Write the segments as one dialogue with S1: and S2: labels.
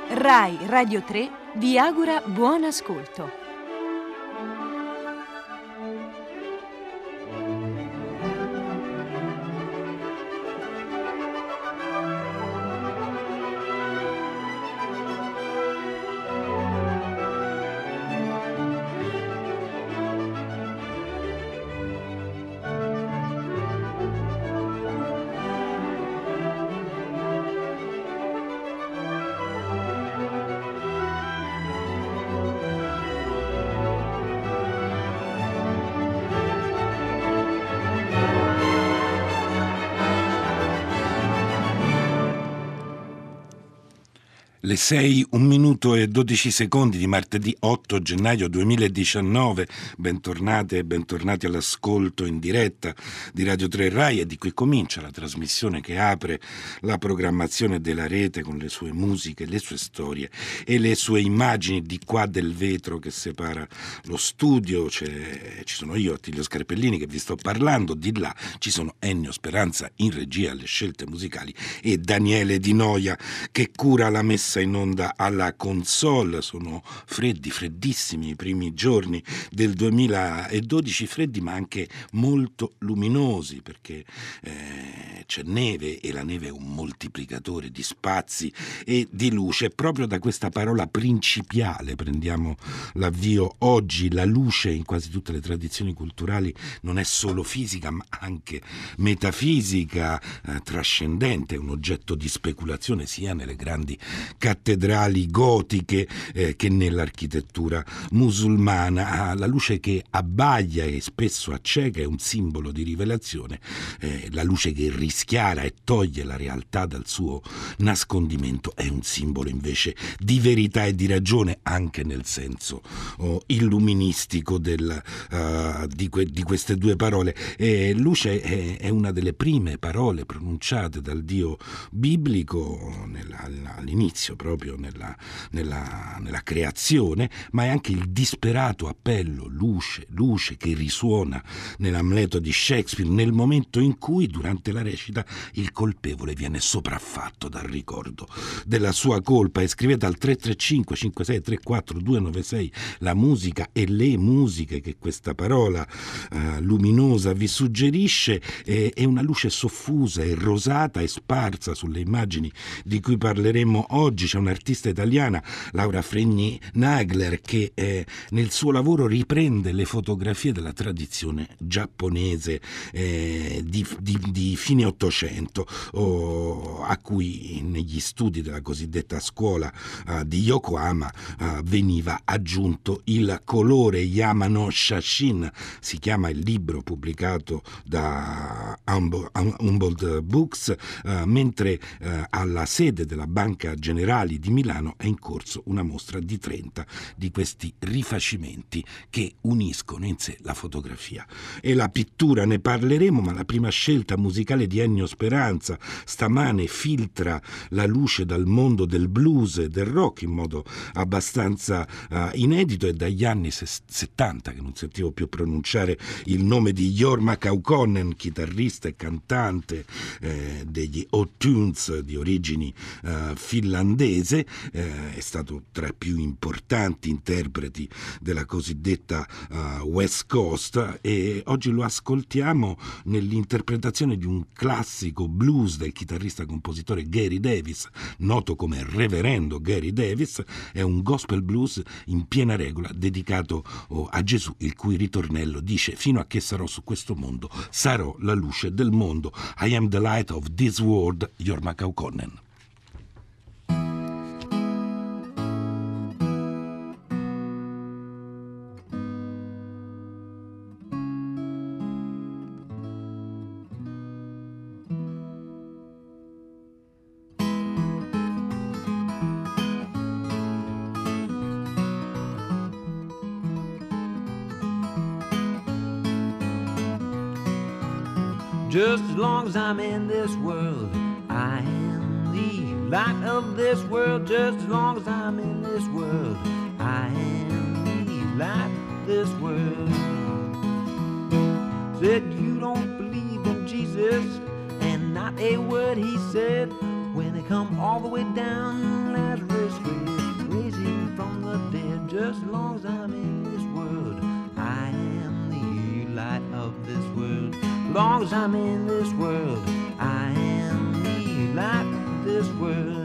S1: Rai Radio 3 vi augura buon ascolto.
S2: Le 6, 1 minuto e 12 secondi di martedì 8 gennaio 2019, bentornate e bentornati all'ascolto in diretta di Radio 3 Rai, e di qui comincia la trasmissione che apre la programmazione della rete con le sue musiche, le sue storie e le sue immagini. Di qua del vetro che separa lo studio ci sono io, Attilio Scarpellini, che vi sto parlando, di là ci sono Ennio Speranza in regia alle scelte musicali e Daniele Di Noia che cura la messa in onda alla console. Sono freddissimi i primi giorni del 2012, freddi ma anche molto luminosi, perché c'è neve e la neve è un moltiplicatore di spazi e di luce. Proprio da questa parola principiale prendiamo l'avvio oggi. La luce in quasi tutte le tradizioni culturali non è solo fisica ma anche metafisica, trascendente, un oggetto di speculazione sia nelle grandi cattedrali gotiche che nell'architettura musulmana. La luce che abbaglia e spesso acceca è un simbolo di rivelazione, la luce che rischiara e toglie la realtà dal suo nascondimento è un simbolo invece di verità e di ragione, anche nel senso illuministico di queste due parole. Luce è una delle prime parole pronunciate dal Dio biblico all'inizio, proprio nella creazione, ma è anche il disperato appello luce che risuona nell'Amleto di Shakespeare, nel momento in cui durante la recita il colpevole viene sopraffatto dal ricordo della sua colpa. E scrivete al 335 5634 296 la musica e le musiche che questa parola luminosa vi suggerisce. È una luce soffusa e rosata e sparsa sulle immagini di cui parleremo oggi. C'è un'artista italiana, Laura Fregni Nagler, che nel suo lavoro riprende le fotografie della tradizione giapponese di fine Ottocento, a cui negli studi della cosiddetta scuola di Yokohama veniva aggiunto il colore. Yamano Shashin si chiama il libro pubblicato da Humboldt Books, mentre alla sede della Banca Generali di Milano è in corso una mostra di 30 di questi rifacimenti che uniscono in sé la fotografia e la pittura. Ne parleremo, ma la prima scelta musicale di Ennio Speranza stamane filtra la luce dal mondo del blues e del rock in modo abbastanza inedito. È dagli anni 70 che non sentivo più pronunciare il nome di Jorma Kaukonen, chitarrista e cantante degli O-Tunes di origini finlandese. È stato tra i più importanti interpreti della cosiddetta West Coast, e oggi lo ascoltiamo nell'interpretazione di un classico blues del chitarrista compositore Gary Davis, noto come Reverendo Gary Davis. È un gospel blues in piena regola dedicato a Gesù, il cui ritornello dice: fino a che sarò su questo mondo sarò la luce del mondo. I am the light of this world, Jorma Kaukonen.
S3: Just as long as I'm in this world, I am the light of this world. Just as long as I'm in this world, I am the light of this world. Said you don't believe in Jesus, and not a word he said when they come all the way down Lazarus' grave. long as I'm in this world. I am the light of this world. Long as I'm in this world, I am the light of this world.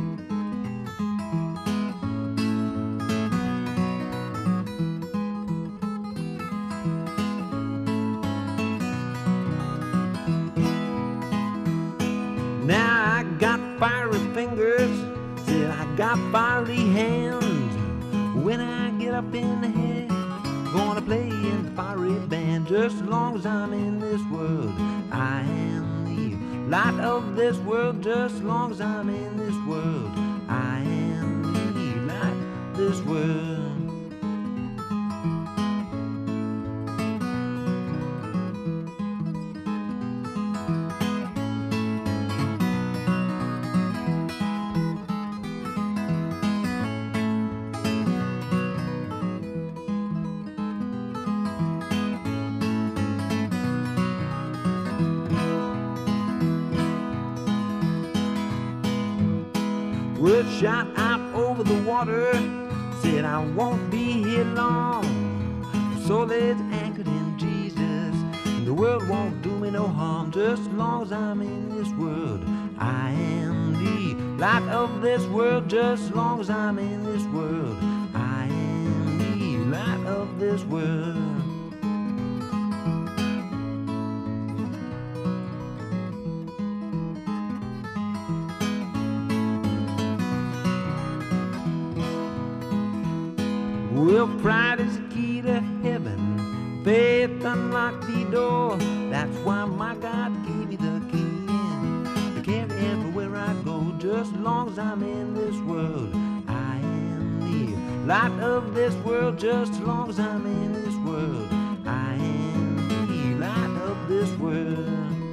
S3: Now I got fiery fingers, said I got fiery hands. When I get up in the head, gonna play in the fiery band. Just as long as I'm in this world, I am the light of this world. Just as long as I'm in this world, I am the light of this world. Word shot out over the water, said I won't be here long. My soul is anchored in Jesus, and the world won't do me no harm. Just as long as I'm in this world, I am the light of this world. Just as long as I'm in this world, I am the light of this world. Well, pride is the key to heaven. Faith unlocked the door. That's why my God gave me the key to carry everywhere I go. Just as long as I'm in this world, I am the light of this world. Just as long as I'm in this world, I am the light of this world.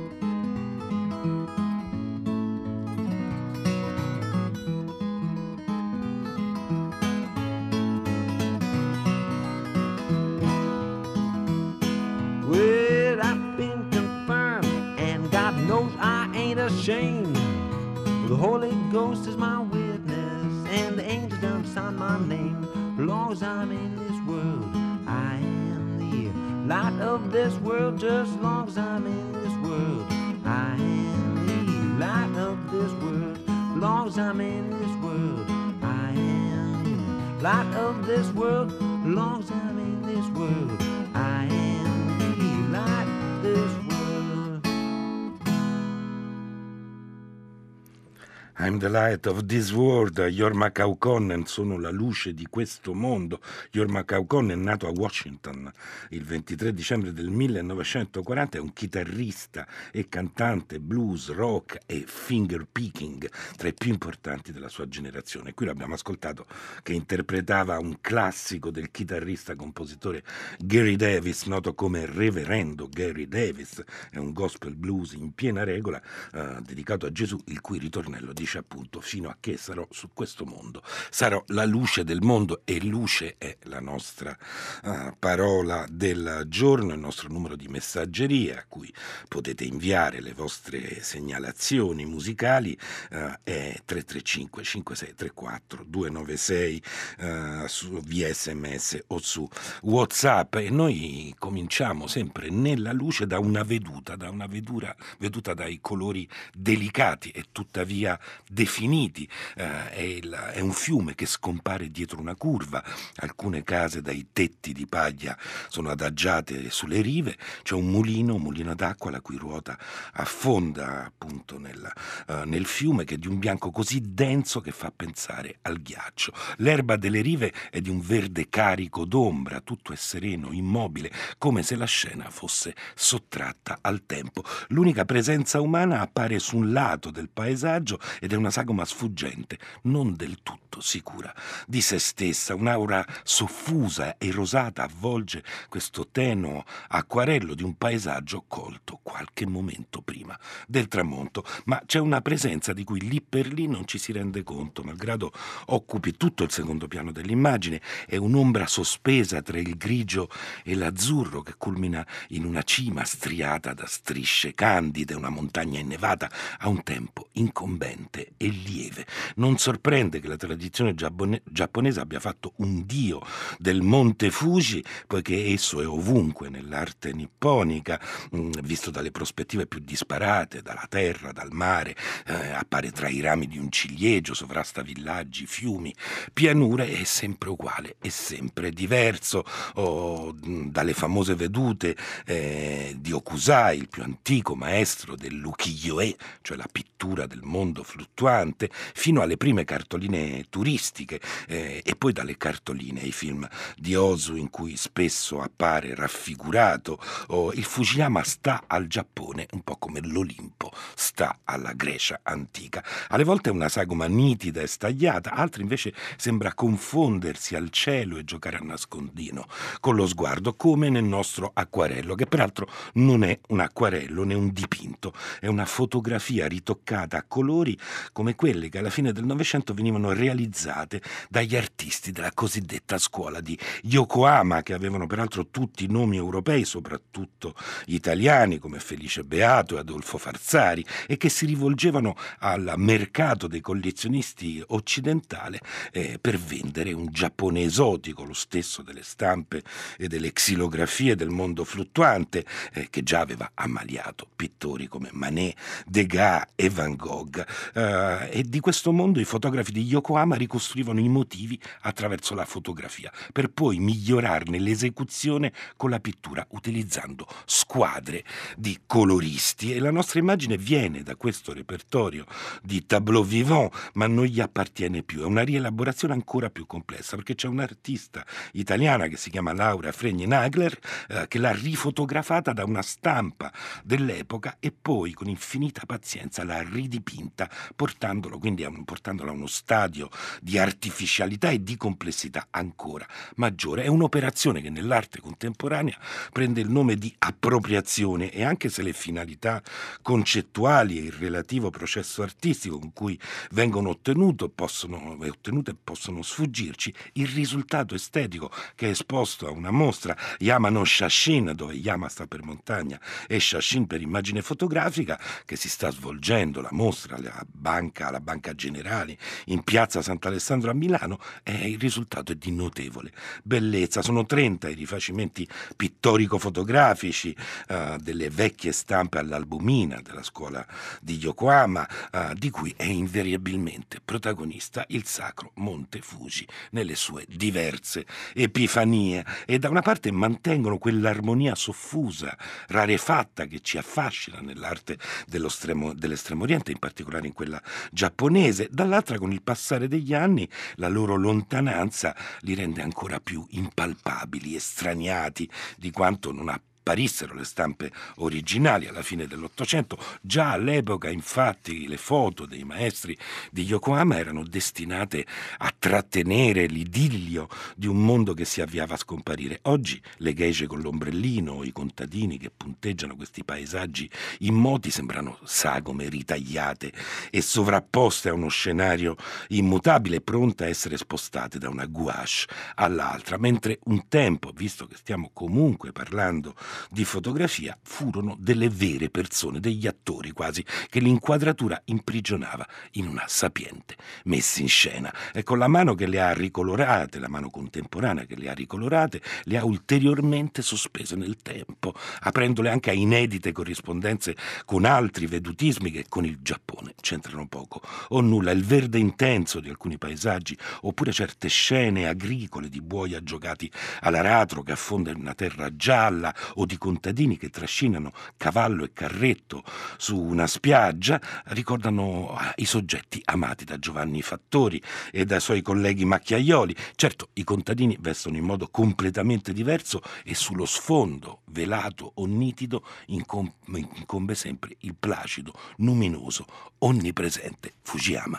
S3: Well, I've been confirmed, and God knows I ain't ashamed. The Holy Ghost is my witness, and the angels done sign my name. As long as I'm in this world, I am the light of this world. Just as long as I'm in this world, I am the light of this world. As long as I'm in this world, I am the light of this world. As long as I'm in this world, I am the light of this world.
S2: I'm the light of this world. Jorma Kaukonen, sono la luce di questo mondo. Jorma Kaukonen è nato a Washington il 23 dicembre del 1940, è un chitarrista e cantante blues, rock e finger picking, tra i più importanti della sua generazione. Qui l'abbiamo ascoltato che interpretava un classico del chitarrista compositore Gary Davis, noto come Reverendo Gary Davis. È un gospel blues in piena regola, dedicato a Gesù, il cui ritornello dice appunto: fino a che sarò su questo mondo sarò la luce del mondo. E luce è la nostra parola del giorno, il nostro numero di messaggeria a cui potete inviare le vostre segnalazioni musicali, è 335 5634 296 via SMS o su WhatsApp. E noi cominciamo sempre nella luce da una veduta dai colori delicati e tuttavia definiti. È un fiume che scompare dietro una curva, alcune case dai tetti di paglia sono adagiate sulle rive, c'è un mulino d'acqua la cui ruota affonda appunto nel fiume, che è di un bianco così denso che fa pensare al ghiaccio. L'erba delle rive è di un verde carico d'ombra, tutto è sereno, immobile, come se la scena fosse sottratta al tempo. L'unica presenza umana appare su un lato del paesaggio ed è una sagoma sfuggente, non del tutto sicura di se stessa. Un'aura soffusa e rosata avvolge questo tenue acquarello di un paesaggio colto qualche momento prima del tramonto, ma c'è una presenza di cui lì per lì non ci si rende conto, malgrado occupi tutto il secondo piano dell'immagine. È un'ombra sospesa tra il grigio e l'azzurro che culmina in una cima striata da strisce candide, una montagna innevata a un tempo incombente lieve e lieve. Non sorprende che la tradizione giapponese abbia fatto un dio del monte Fuji, poiché esso è ovunque nell'arte nipponica, visto dalle prospettive più disparate, dalla terra, dal mare, appare tra i rami di un ciliegio, sovrasta villaggi, fiumi, pianure, è sempre uguale, è sempre diverso, dalle famose vedute di Okusai, il più antico maestro dell'ukiyo-e, cioè la pittura del mondo fluttuante, fino alle prime cartoline turistiche, e poi dalle cartoline ai film di Ozu in cui spesso appare raffigurato. Il Fujiyama sta al Giappone un po' come l'Olimpo sta alla Grecia antica. Alle volte è una sagoma nitida e stagliata, altre invece sembra confondersi al cielo e giocare a nascondino con lo sguardo, come nel nostro acquarello, che peraltro non è un acquarello né un dipinto, è una fotografia ritoccata a colori come quelle che alla fine del Novecento venivano realizzate dagli artisti della cosiddetta scuola di Yokohama, che avevano peraltro tutti nomi europei, soprattutto italiani come Felice Beato e Adolfo Farzari, e che si rivolgevano al mercato dei collezionisti occidentale per vendere un Giappone esotico, lo stesso delle stampe e delle xilografie del mondo fluttuante, che già aveva ammaliato pittori come Manet, Degas e Van Gogh. E di questo mondo i fotografi di Yokohama ricostruivano i motivi attraverso la fotografia, per poi migliorarne l'esecuzione con la pittura, utilizzando squadre di coloristi. E la nostra immagine viene da questo repertorio di tableau vivant, ma non gli appartiene più. È una rielaborazione ancora più complessa, perché c'è un'artista italiana che si chiama Laura Fregni-Nagler, che l'ha rifotografata da una stampa dell'epoca e poi con infinita pazienza l'ha ridipinta, portandola a uno stadio di artificialità e di complessità ancora maggiore. È un'operazione che nell'arte contemporanea prende il nome di appropriazione, e anche se le finalità concettuali e il relativo processo artistico con cui vengono ottenute possono sfuggirci, il risultato estetico che è esposto a una mostra Yamano Shashin, dove Yama sta per montagna e Shashin per immagine fotografica, che si sta svolgendo la mostra alla Banca Generali in piazza Sant'Alessandro a Milano, il risultato è di notevole bellezza. Sono 30 i rifacimenti pittorico-fotografici delle vecchie stampe all'albumina della scuola di Yokohama, di cui è invariabilmente protagonista il sacro Monte Fuji nelle sue diverse epifanie, e da una parte mantengono quell'armonia soffusa, rarefatta, che ci affascina nell'arte dell'estremo oriente, in particolare in quella giapponese, dall'altra con il passare degli anni la loro lontananza li rende ancora più impalpabili, estraniati di quanto non apparissero le stampe originali alla fine dell'Ottocento. Già all'epoca, infatti, le foto dei maestri di Yokohama erano destinate a trattenere l'idillio di un mondo che si avviava a scomparire. Oggi le geishe con l'ombrellino o i contadini che punteggiano questi paesaggi immoti sembrano sagome ritagliate e sovrapposte a uno scenario immutabile, pronte a essere spostate da una gouache all'altra, mentre un tempo, visto che stiamo comunque parlando di fotografia, furono delle vere persone, degli attori quasi, che l'inquadratura imprigionava in una sapiente messa in scena, e con la mano che le ha ricolorate, la mano contemporanea che le ha ricolorate, le ha ulteriormente sospese nel tempo, aprendole anche a inedite corrispondenze con altri vedutismi che con il Giappone c'entrano poco o nulla. Il verde intenso di alcuni paesaggi, oppure certe scene agricole di buoi aggiogati all'aratro che affonda in una terra gialla, o di contadini che trascinano cavallo e carretto su una spiaggia, ricordano i soggetti amati da Giovanni Fattori e dai suoi colleghi macchiaioli. Certo, i contadini vestono in modo completamente diverso e sullo sfondo velato o nitido incombe sempre il placido, luminoso, onnipresente Fujiyama.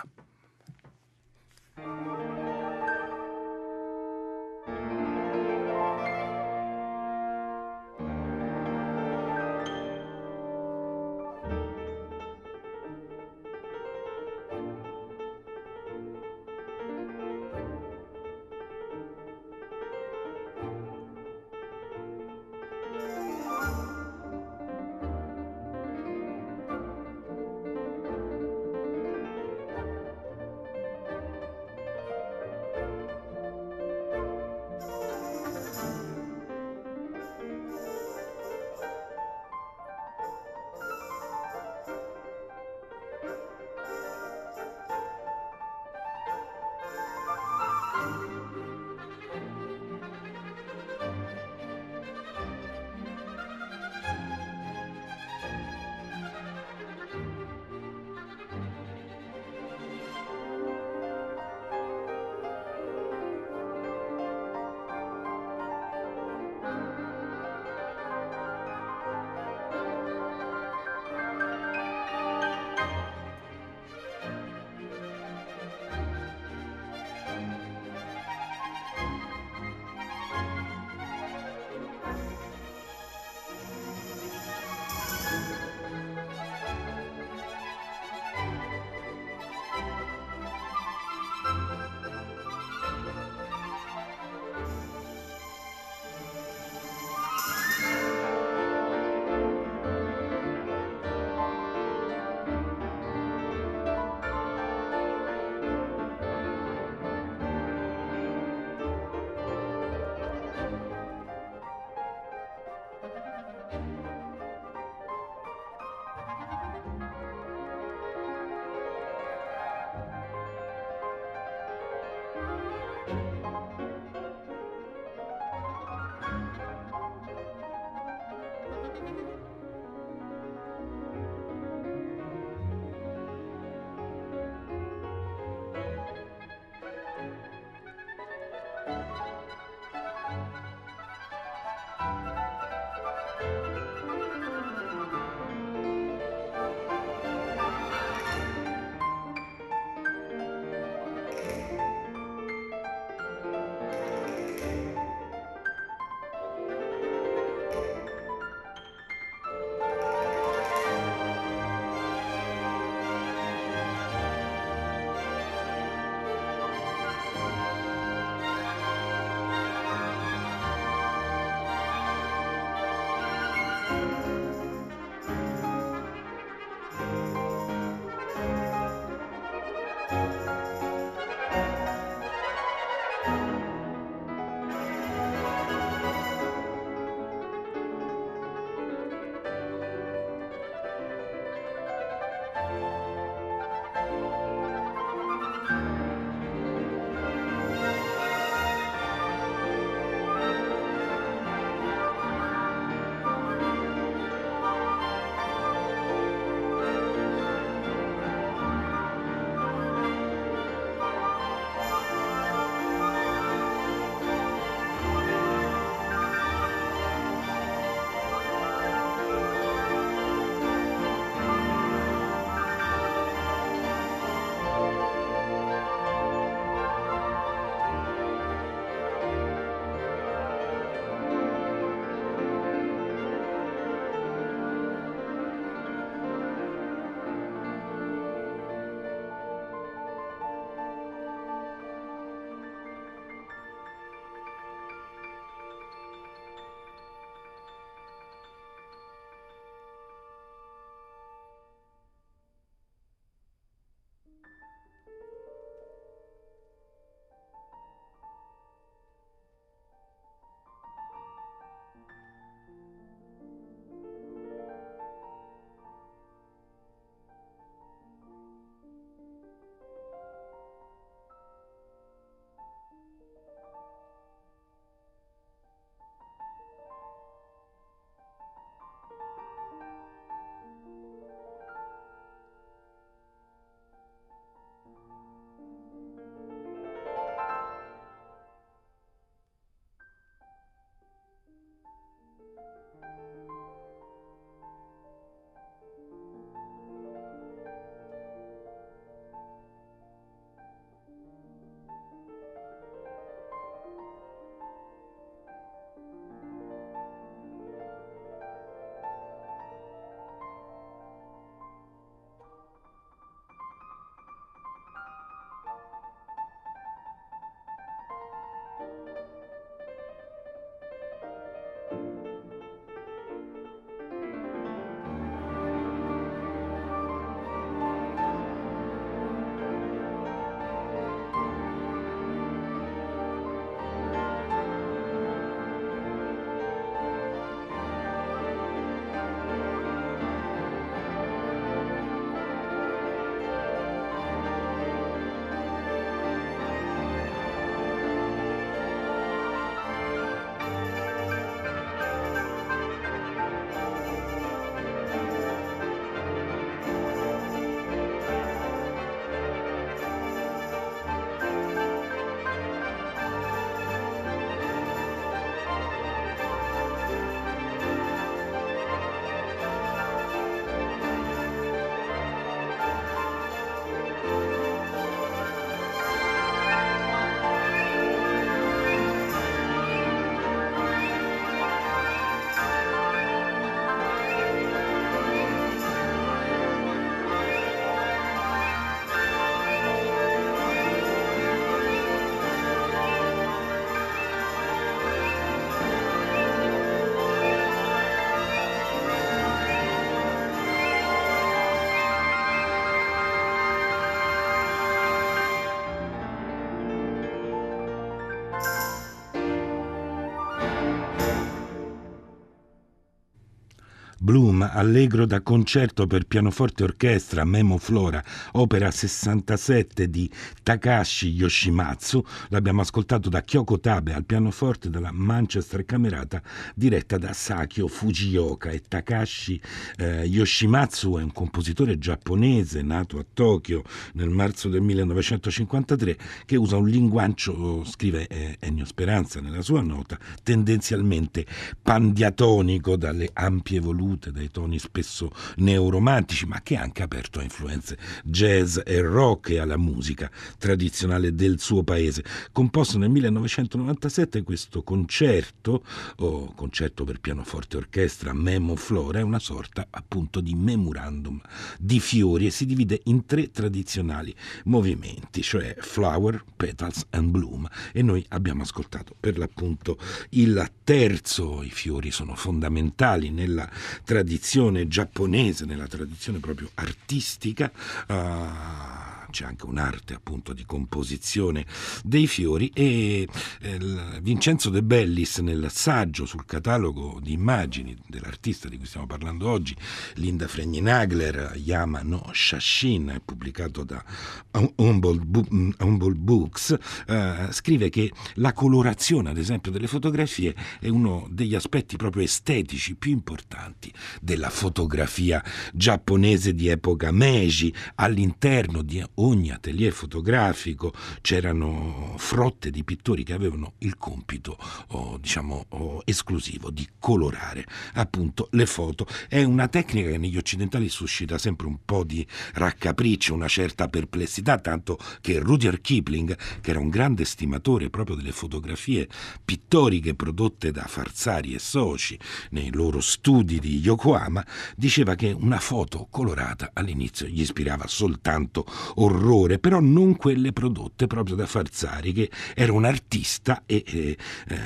S2: Bloom, allegro da concerto per pianoforte e orchestra, Memo Flora, opera 67 di Takashi Yoshimatsu. L'abbiamo ascoltato da Kyoko Tabe al pianoforte della Manchester Camerata, diretta da Sakio Fujioka. E Takashi Yoshimatsu è un compositore giapponese nato a Tokyo nel marzo del 1953, che usa un linguaggio, scrive Ennio Speranza nella sua nota, tendenzialmente pandiatonico, dalle ampie volute, dai toni spesso neoromantici, ma che è anche aperto a influenze jazz e rock e alla musica tradizionale del suo paese. Composto nel 1997, questo concerto, o concerto per pianoforte e orchestra, Memo Flora, è una sorta appunto di memorandum di fiori e si divide in 3 tradizionali movimenti, cioè Flower, Petals and Bloom, e noi abbiamo ascoltato per l'appunto il terzo. I fiori sono fondamentali nella tradizione giapponese, nella tradizione proprio artistica. C'è anche un'arte appunto di composizione dei fiori e Vincenzo De Bellis, nel saggio sul catalogo di immagini dell'artista di cui stiamo parlando oggi, Linda Fregni-Nagler, Yama no Shashin, pubblicato da Humboldt Books, scrive che la colorazione, ad esempio, delle fotografie è uno degli aspetti proprio estetici più importanti della fotografia giapponese di epoca Meiji. All'interno di ogni atelier fotografico c'erano frotte di pittori che avevano il compito, esclusivo di colorare appunto le foto. È una tecnica che negli occidentali suscita sempre un po' di raccapriccio, una certa perplessità, tanto che Rudyard Kipling, che era un grande stimatore proprio delle fotografie pittoriche prodotte da Farsari e soci nei loro studi di Yokohama, diceva che una foto colorata all'inizio gli ispirava soltanto orrore, però non quelle prodotte proprio da Farsari, che era un artista e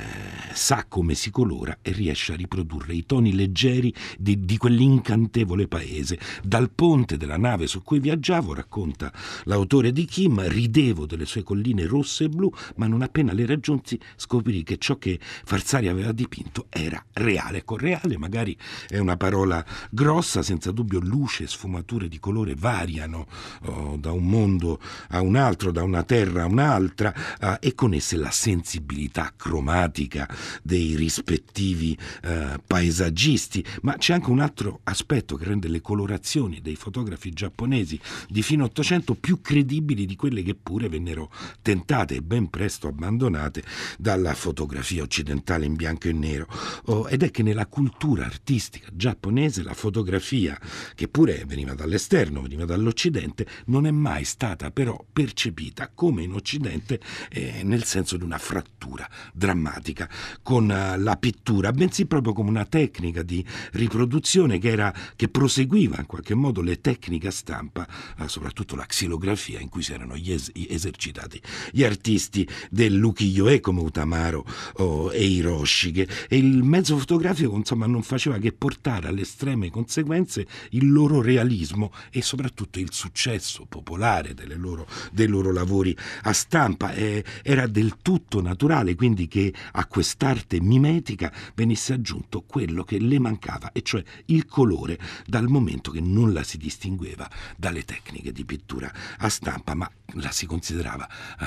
S2: sa come si colora e riesce a riprodurre i toni leggeri di quell'incantevole paese. Dal ponte della nave su cui viaggiavo, racconta l'autore di Kim, ridevo delle sue colline rosse e blu, ma non appena le raggiunsi scoprì che ciò che Farsari aveva dipinto era reale. Con reale magari è una parola grossa, senza dubbio luce e sfumature di colore variano da un mondo a un altro, da una terra a un'altra, e con esse la sensibilità cromatica dei rispettivi paesaggisti. Ma c'è anche un altro aspetto che rende le colorazioni dei fotografi giapponesi di fine Ottocento più credibili di quelle che pure vennero tentate e ben presto abbandonate dalla fotografia occidentale in bianco e nero, ed è che nella cultura artistica giapponese la fotografia, che pure veniva dall'esterno, veniva dall'Occidente, non è mai stata però percepita come in Occidente, nel senso di una frattura drammatica con la pittura, bensì proprio come una tecnica di riproduzione che proseguiva in qualche modo le tecniche a stampa, soprattutto la xilografia, in cui si erano esercitati gli artisti dell'ukiyo-e come Utamaro e Hiroshi, e il mezzo fotografico insomma non faceva che portare alle estreme conseguenze il loro realismo e soprattutto il successo popolare dei loro lavori a stampa. Era del tutto naturale quindi che a quest'arte mimetica venisse aggiunto quello che le mancava, e cioè il colore, dal momento che non la si distingueva dalle tecniche di pittura a stampa, ma si considerava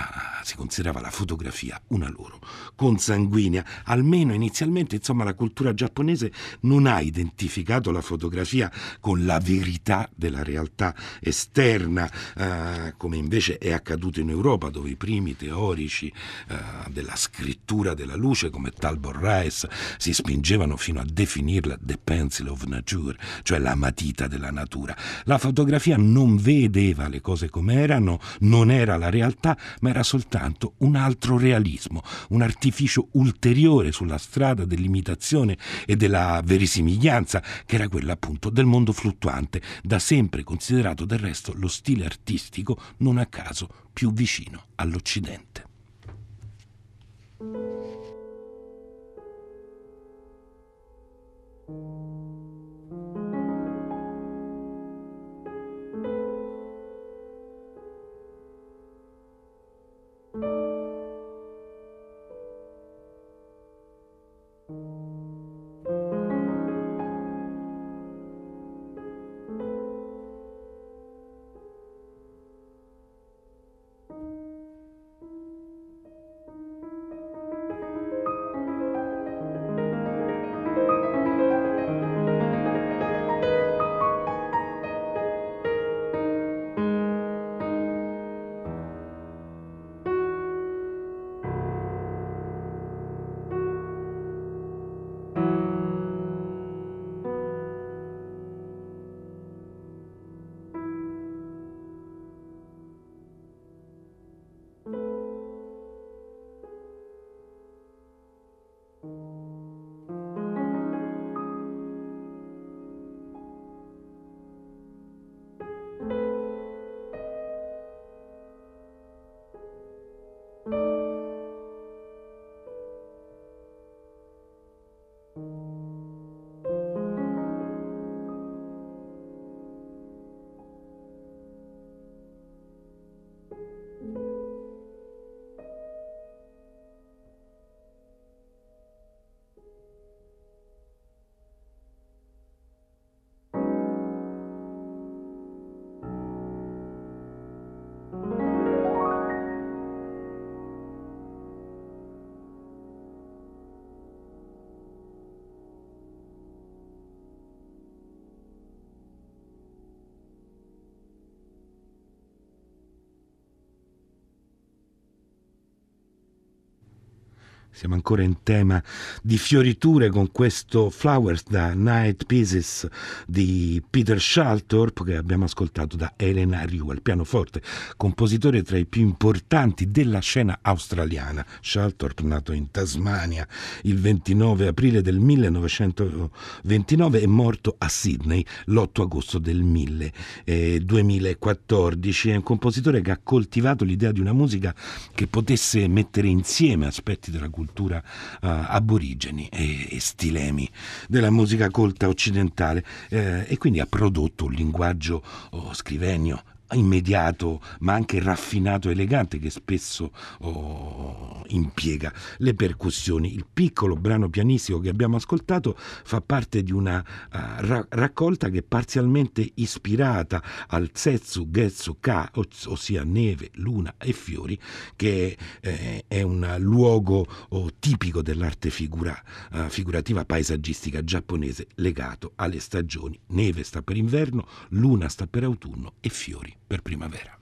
S2: la fotografia una loro consanguinea. Almeno inizialmente, insomma, la cultura giapponese non ha identificato la fotografia con la verità della realtà esterna, come invece è accaduto in Europa, dove i primi teorici della scrittura della luce come Talbot Rice si spingevano fino a definirla the pencil of nature, cioè la matita della natura. La fotografia non vedeva le cose come erano, non era la realtà, ma era soltanto un altro realismo, un artificio ulteriore sulla strada dell'imitazione e della verosimiglianza, che era quella appunto del mondo fluttuante, da sempre considerato del resto lo stile artistico non a caso più vicino all'Occidente. Siamo ancora in tema di fioriture con questo Flowers da Night Pieces di Peter Shaltorp, che abbiamo ascoltato da Elena Riu al pianoforte, compositore tra i più importanti della scena australiana. Shaltorp, nato in Tasmania il 29 aprile del 1929, è morto a Sydney l'8 agosto del 2014. È un compositore che ha coltivato l'idea di una musica che potesse mettere insieme aspetti della cultura aborigeni e stilemi della musica colta occidentale, e quindi ha prodotto un linguaggio scrivenio immediato ma anche raffinato e elegante, che spesso impiega le percussioni. Il piccolo brano pianistico che abbiamo ascoltato fa parte di una raccolta che è parzialmente ispirata al Setsu Getsu Ka, ossia neve, luna e fiori, che è un luogo tipico dell'arte figurativa paesaggistica giapponese legato alle stagioni. Neve sta per inverno, luna sta per autunno e fiori per primavera.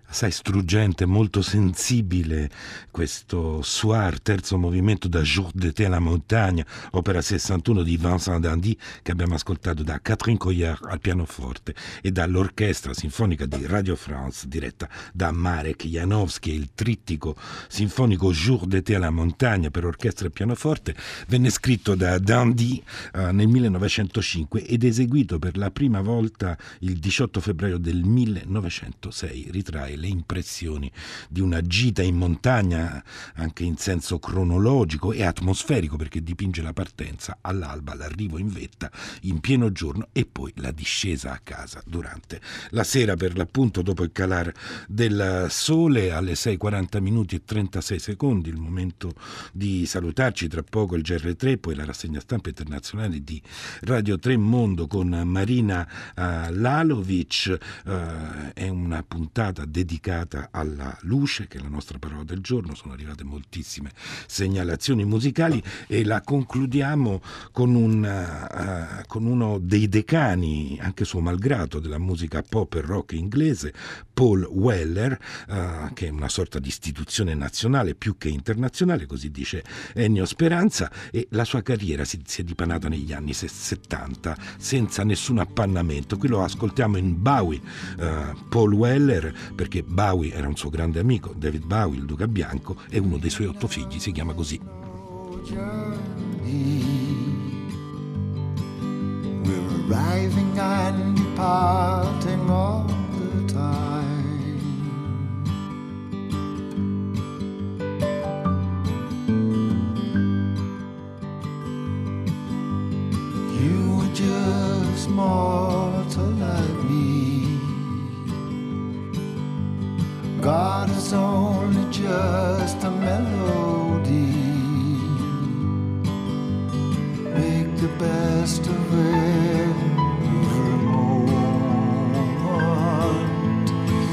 S2: Assai struggente, molto sensibile questo soir, terzo movimento da Jour d'été à la montagne, opera 61 di Vincent d'Indy, che abbiamo ascoltato da Catherine Collard al pianoforte e dall'Orchestra Sinfonica di Radio France, diretta da Marek Janowski. Il trittico sinfonico Jour d'été à la montagne per orchestra e pianoforte venne scritto da d'Indy nel 1905 ed eseguito per la prima volta il 18 febbraio del 1906. Ritrae le impressioni di una gita in montagna anche in senso cronologico e atmosferico, perché dipinge la partenza all'alba, l'arrivo in vetta in pieno giorno e poi la discesa a casa durante la sera, per l'appunto dopo il calar del sole alle 6:40 minuti e 36 secondi, il momento di salutarci. Tra poco il GR3, poi la rassegna stampa internazionale di Radio 3 Mondo con Marina Lalovic. È una puntata dedicata alla luce, che è la nostra parola del giorno. Sono arrivate moltissime segnalazioni musicali e la concludiamo con uno dei decani, anche suo malgrado, della musica pop e rock inglese, Paul Weller, che è una sorta di istituzione nazionale più che internazionale, così dice Ennio Speranza, e la sua carriera si è dipanata negli anni 70 senza nessun appannamento. Qui lo ascoltiamo in Bowie, Paul Weller, perché Bowie era un suo grande amico, David Bowie, il Duca Bianco, e uno dei suoi 8 figli si chiama così.
S4: We're arriving and departing all the time. You were just mortal like me. God is only just a melody. Make the best of every moment.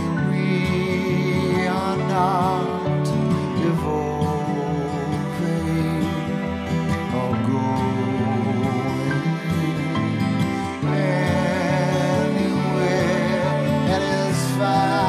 S4: We are not evolving or going anywhere. It is fine.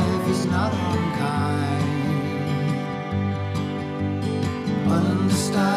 S4: Understand